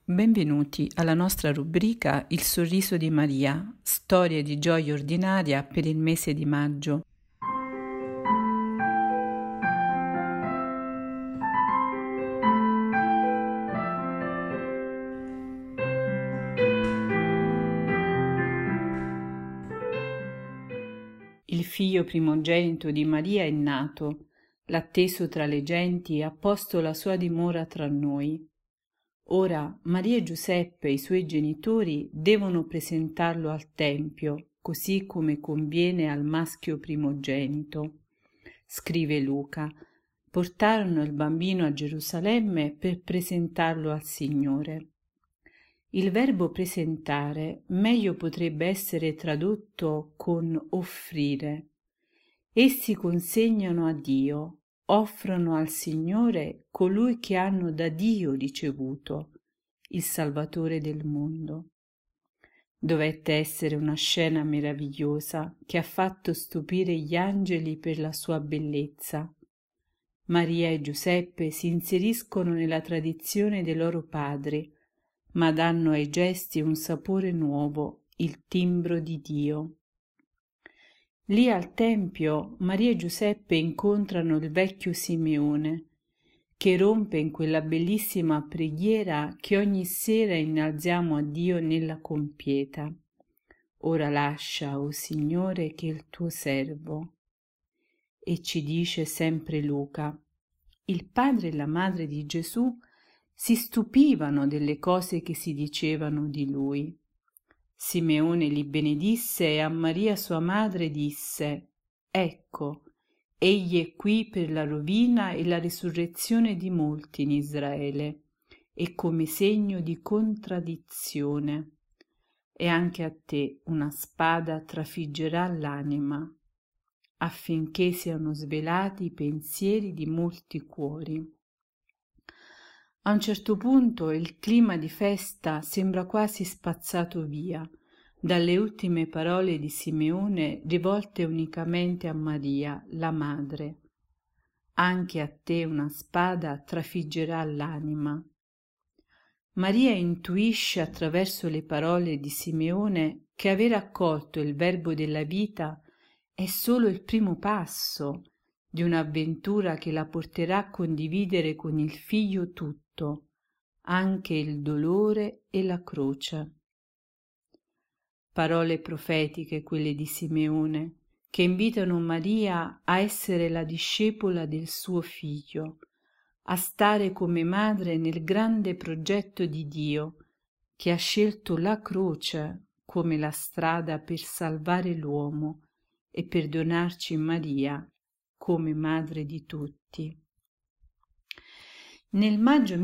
Benvenuti alla nostra rubrica Il sorriso di Maria, storie di gioia ordinaria per il mese di maggio. Il figlio primogenito di Maria è nato, l'atteso tra le genti ha posto la sua dimora tra noi. Ora Maria e Giuseppe, i suoi genitori, devono presentarlo al Tempio, così come conviene al maschio primogenito. Scrive Luca: portarono il bambino a Gerusalemme per presentarlo al Signore. Il verbo presentare meglio potrebbe essere tradotto con offrire. Essi consegnano a Dio, offrono al Signore colui che hanno da Dio ricevuto, il Salvatore del mondo. Dovette essere una scena meravigliosa che ha fatto stupire gli angeli per la sua bellezza. Maria e Giuseppe si inseriscono nella tradizione dei loro padri, ma danno ai gesti un sapore nuovo, il timbro di Dio. Lì al Tempio Maria e Giuseppe incontrano il vecchio Simeone, che rompe in quella bellissima preghiera che ogni sera innalziamo a Dio nella compieta. Ora lascia, o Signore, che il tuo servo. E ci dice sempre Luca: il padre e la madre di Gesù si stupivano delle cose che si dicevano di lui. Simeone li benedisse e a Maria sua madre disse: ecco, egli è qui per la rovina e la risurrezione di molti in Israele, e come segno di contraddizione. E anche a te una spada trafiggerà l'anima, affinché siano svelati i pensieri di molti cuori. A un certo punto il clima di festa sembra quasi spazzato via dalle ultime parole di Simeone rivolte unicamente a Maria, la madre. Anche a te una spada trafiggerà l'anima. Maria intuisce attraverso le parole di Simeone che aver accolto il verbo della vita è solo il primo passo di un'avventura che la porterà a condividere con il figlio tutto, anche il dolore e la croce. Parole profetiche quelle di Simeone, che invitano Maria a essere la discepola del suo figlio, a stare come madre nel grande progetto di Dio, che ha scelto la croce come la strada per salvare l'uomo e per donarci Maria come madre di tutti. Nel maggio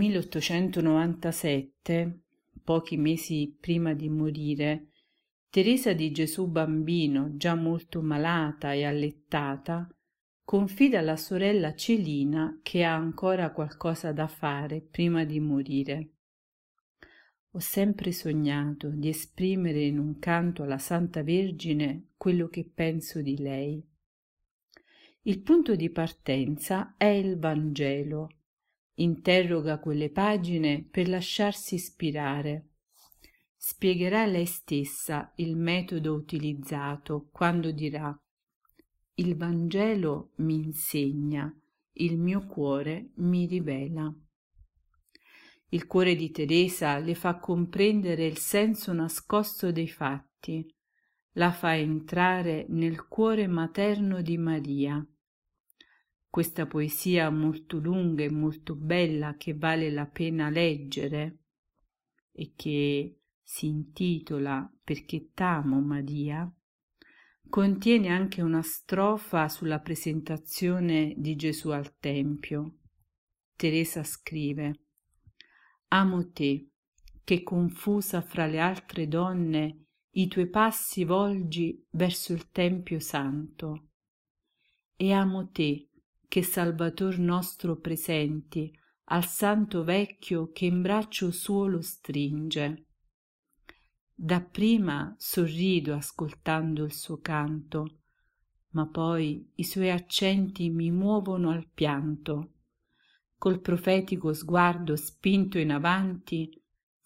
1897, pochi mesi prima di morire, Teresa di Gesù Bambino, già molto malata e allettata, confida alla sorella Celina che ha ancora qualcosa da fare prima di morire. Ho sempre sognato di esprimere in un canto alla Santa Vergine quello che penso di lei. Il punto di partenza è il Vangelo. Interroga quelle pagine per lasciarsi ispirare. Spiegherà lei stessa il metodo utilizzato quando dirà: il Vangelo mi insegna, il mio cuore mi rivela. Il cuore di Teresa le fa comprendere il senso nascosto dei fatti, la fa entrare nel cuore materno di Maria. Questa poesia molto lunga e molto bella che vale la pena leggere e che si intitola Perché t'amo Maria, contiene anche una strofa sulla presentazione di Gesù al Tempio. Teresa scrive: amo te, che confusa fra le altre donne i tuoi passi volgi verso il Tempio santo, e amo te, che Salvator nostro presenti al santo vecchio che in braccio suo lo stringe. Dapprima sorrido ascoltando il suo canto, ma poi i suoi accenti mi muovono al pianto. Col profetico sguardo spinto in avanti,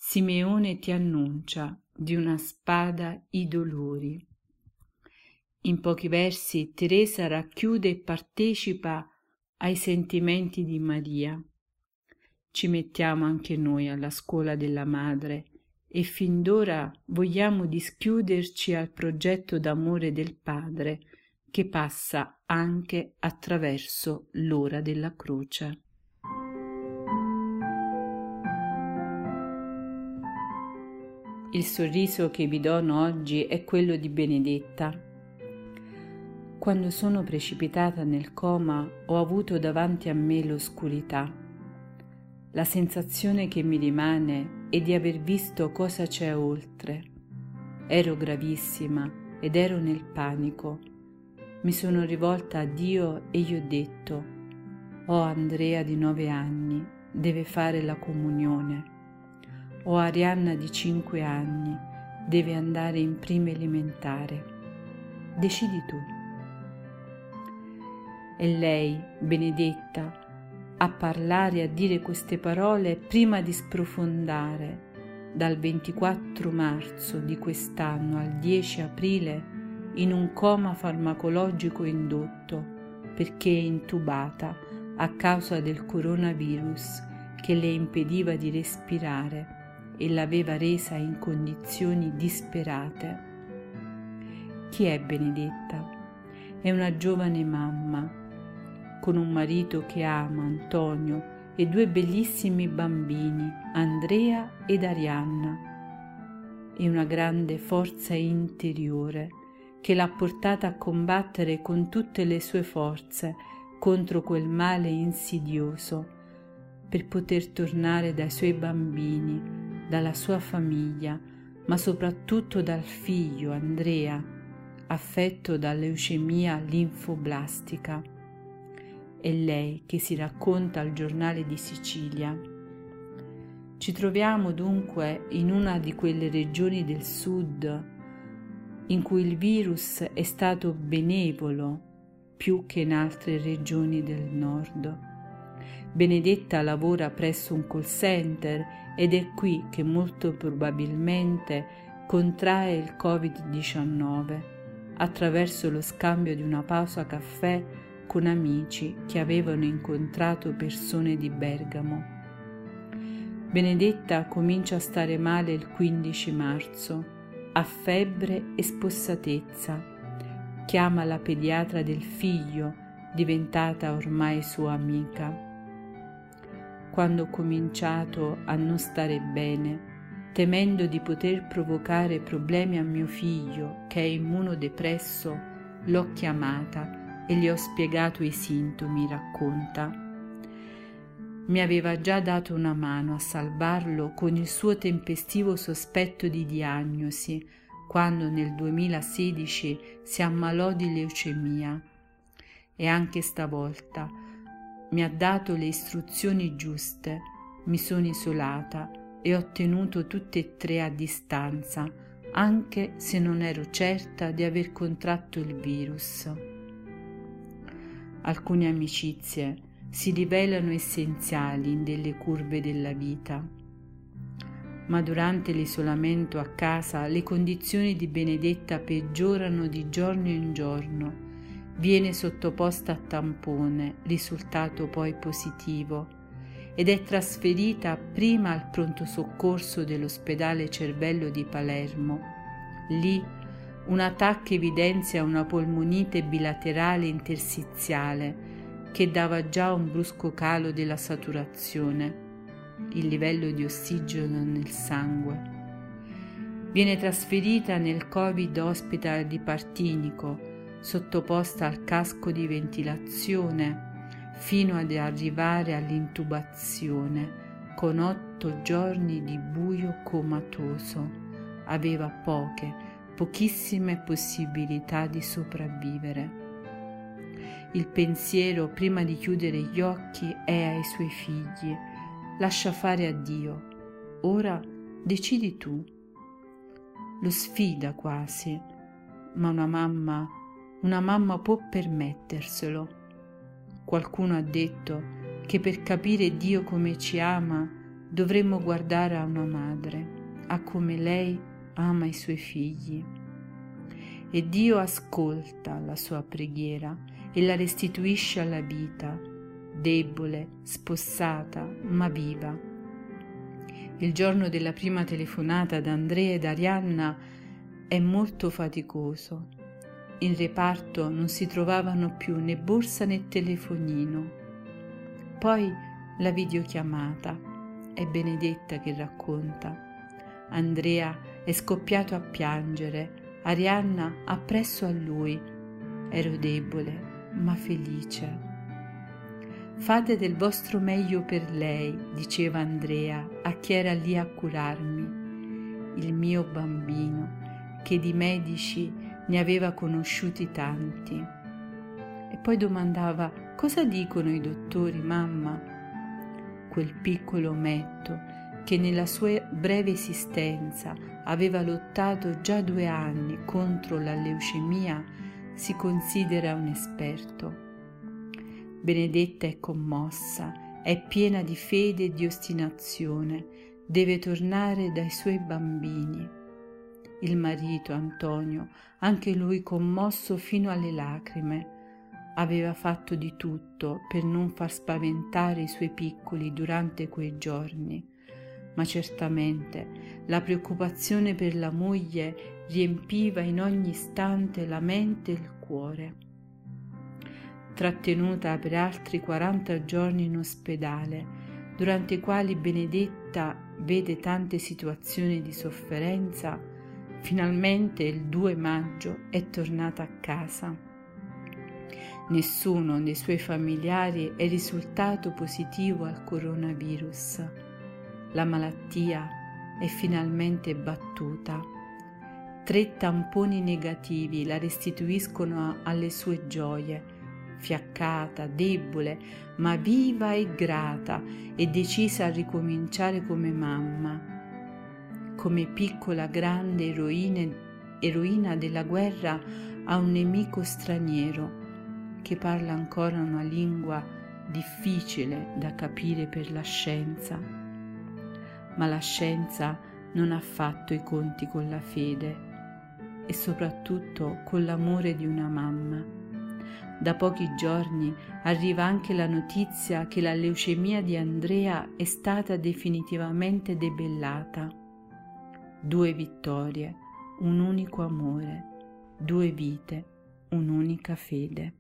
Simeone ti annuncia di una spada i dolori. In pochi versi Teresa racchiude e partecipa ai sentimenti di Maria. Ci mettiamo anche noi alla scuola della madre e fin d'ora vogliamo dischiuderci al progetto d'amore del Padre che passa anche attraverso l'ora della croce. Il sorriso che vi dono oggi è quello di Benedetta. Quando sono precipitata nel coma ho avuto davanti a me l'oscurità. La sensazione che mi rimane è di aver visto cosa c'è oltre. Ero gravissima ed ero nel panico. Mi sono rivolta a Dio e gli ho detto: «Ho Andrea di 9 anni, deve fare la comunione. Ho Arianna di 5 anni, deve andare in prima elementare. Decidi tu». E lei, Benedetta, a parlare e a dire queste parole prima di sprofondare dal 24 marzo di quest'anno al 10 aprile in un coma farmacologico indotto perché intubata a causa del coronavirus che le impediva di respirare e l'aveva resa in condizioni disperate. Chi è Benedetta? È una giovane mamma con un marito che ama, Antonio, e 2 bellissimi bambini, Andrea ed Arianna, e una grande forza interiore che l'ha portata a combattere con tutte le sue forze contro quel male insidioso per poter tornare dai suoi bambini, dalla sua famiglia, ma soprattutto dal figlio Andrea, affetto da leucemia linfoblastica. È lei che si racconta al Giornale di Sicilia. Ci troviamo dunque in una di quelle regioni del sud in cui il virus è stato benevolo più che in altre regioni del nord. Benedetta lavora presso un call center ed è qui che molto probabilmente contrae il Covid-19 attraverso lo scambio di una pausa caffè con amici che avevano incontrato persone di Bergamo. Benedetta comincia a stare male il 15 marzo, ha febbre e spossatezza. Chiama la pediatra del figlio, diventata ormai sua amica. Quando ho cominciato a non stare bene, temendo di poter provocare problemi a mio figlio, che è immunodepresso, l'ho chiamata e gli ho spiegato i sintomi, racconta. Mi aveva già dato una mano a salvarlo con il suo tempestivo sospetto di diagnosi quando nel 2016 si ammalò di leucemia e anche stavolta mi ha dato le istruzioni giuste, mi sono isolata e ho tenuto tutte e 3 a distanza, anche se non ero certa di aver contratto il virus. Alcune amicizie si rivelano essenziali in delle curve della vita, ma durante l'isolamento a casa le condizioni di Benedetta peggiorano di giorno in giorno. Viene sottoposta a tampone, risultato poi positivo, ed è trasferita prima al pronto soccorso dell'ospedale Cervello di Palermo. Lì una TAC evidenzia una polmonite bilaterale interstiziale che dava già un brusco calo della saturazione, il livello di ossigeno nel sangue. Viene trasferita nel Covid Hospital di Partinico, sottoposta al casco di ventilazione fino ad arrivare all'intubazione con 8 giorni di buio comatoso. Aveva pochissime possibilità di sopravvivere. Il pensiero prima di chiudere gli occhi è ai suoi figli. Lascia fare a Dio. Ora decidi tu. Lo sfida quasi, ma una mamma può permetterselo. Qualcuno ha detto che per capire Dio come ci ama dovremmo guardare a una madre, a come lei ama i suoi figli. E Dio ascolta la sua preghiera e la restituisce alla vita, debole, spossata, ma viva. Il giorno della prima telefonata ad Andrea ed Arianna è molto faticoso. In reparto non si trovavano più né borsa né telefonino. Poi la videochiamata. È Benedetta che racconta. Andrea è scoppiato a piangere. Arianna appresso a lui. Ero debole, ma felice. Fate del vostro meglio per lei, diceva Andrea a chi era lì a curarmi. Il mio bambino, che di medici ne aveva conosciuti tanti. E poi domandava: cosa dicono i dottori, mamma? Quel piccolo ometto che nella sua breve esistenza aveva lottato già 2 anni contro la leucemia, si considera un esperto. Benedetta è commossa, è piena di fede e di ostinazione, deve tornare dai suoi bambini. Il marito, Antonio, anche lui commosso fino alle lacrime, aveva fatto di tutto per non far spaventare i suoi piccoli durante quei giorni, ma certamente la preoccupazione per la moglie riempiva in ogni istante la mente e il cuore. Trattenuta per altri 40 giorni in ospedale, durante i quali Benedetta vede tante situazioni di sofferenza, finalmente il 2 maggio è tornata a casa. Nessuno dei suoi familiari è risultato positivo al coronavirus. La malattia è finalmente battuta. 3 tamponi negativi la restituiscono alle sue gioie, fiaccata, debole, ma viva e grata e decisa a ricominciare come mamma. Come piccola grande eroina della guerra a un nemico straniero che parla ancora una lingua difficile da capire per la scienza. Ma la scienza non ha fatto i conti con la fede e soprattutto con l'amore di una mamma. Da pochi giorni arriva anche la notizia che la leucemia di Andrea è stata definitivamente debellata. 2 vittorie, un unico amore, 2 vite, un'unica fede.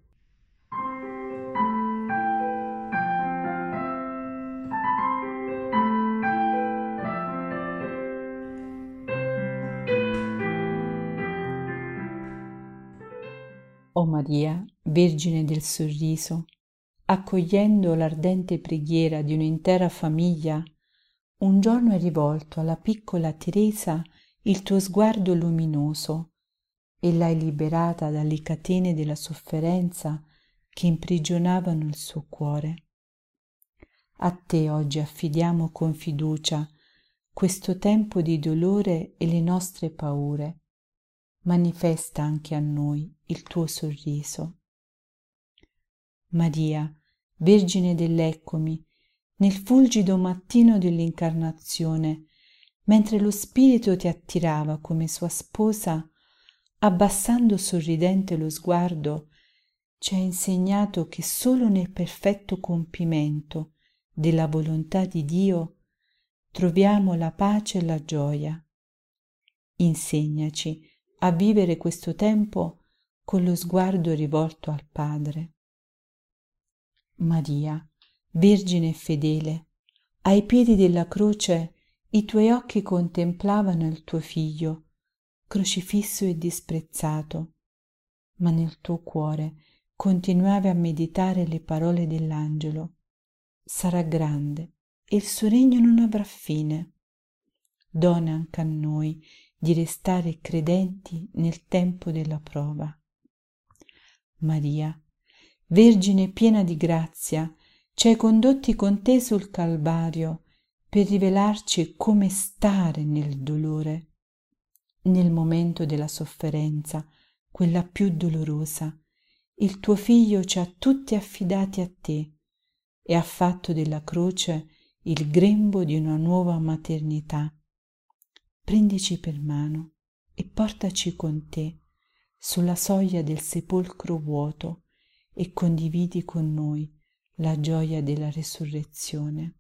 O Maria, Vergine del Sorriso, accogliendo l'ardente preghiera di un'intera famiglia, un giorno hai rivolto alla piccola Teresa il tuo sguardo luminoso e l'hai liberata dalle catene della sofferenza che imprigionavano il suo cuore. A te oggi affidiamo con fiducia questo tempo di dolore e le nostre paure. Manifesta anche a noi il tuo sorriso. Maria, Vergine dell'Eccomi, nel fulgido mattino dell'Incarnazione, mentre lo Spirito ti attirava come sua sposa, abbassando sorridente lo sguardo, ci hai insegnato che solo nel perfetto compimento della volontà di Dio troviamo la pace e la gioia. Insegnaci a vivere questo tempo con lo sguardo rivolto al Padre. Maria, Vergine fedele, ai piedi della croce i tuoi occhi contemplavano il tuo figlio, crocifisso e disprezzato, ma nel tuo cuore continuavi a meditare le parole dell'angelo. Sarà grande e il suo regno non avrà fine. Dona anche a noi di restare credenti nel tempo della prova. Maria, Vergine piena di grazia, ci hai condotti con te sul Calvario per rivelarci come stare nel dolore. Nel momento della sofferenza, quella più dolorosa, il tuo Figlio ci ha tutti affidati a te e ha fatto della croce il grembo di una nuova maternità. Prendici per mano e portaci con te sulla soglia del sepolcro vuoto e condividi con noi la gioia della resurrezione.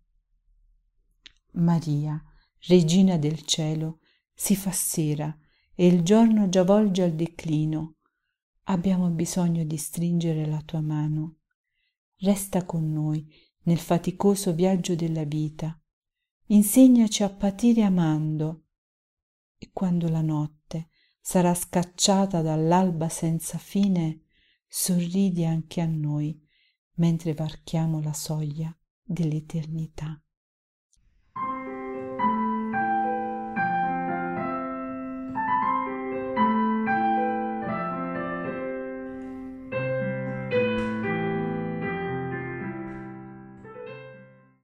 Maria, Regina del cielo, si fa sera e il giorno già volge al declino. Abbiamo bisogno di stringere la tua mano. Resta con noi nel faticoso viaggio della vita. Insegnaci a patire amando. E quando la notte sarà scacciata dall'alba senza fine, sorridi anche a noi mentre varchiamo la soglia dell'eternità.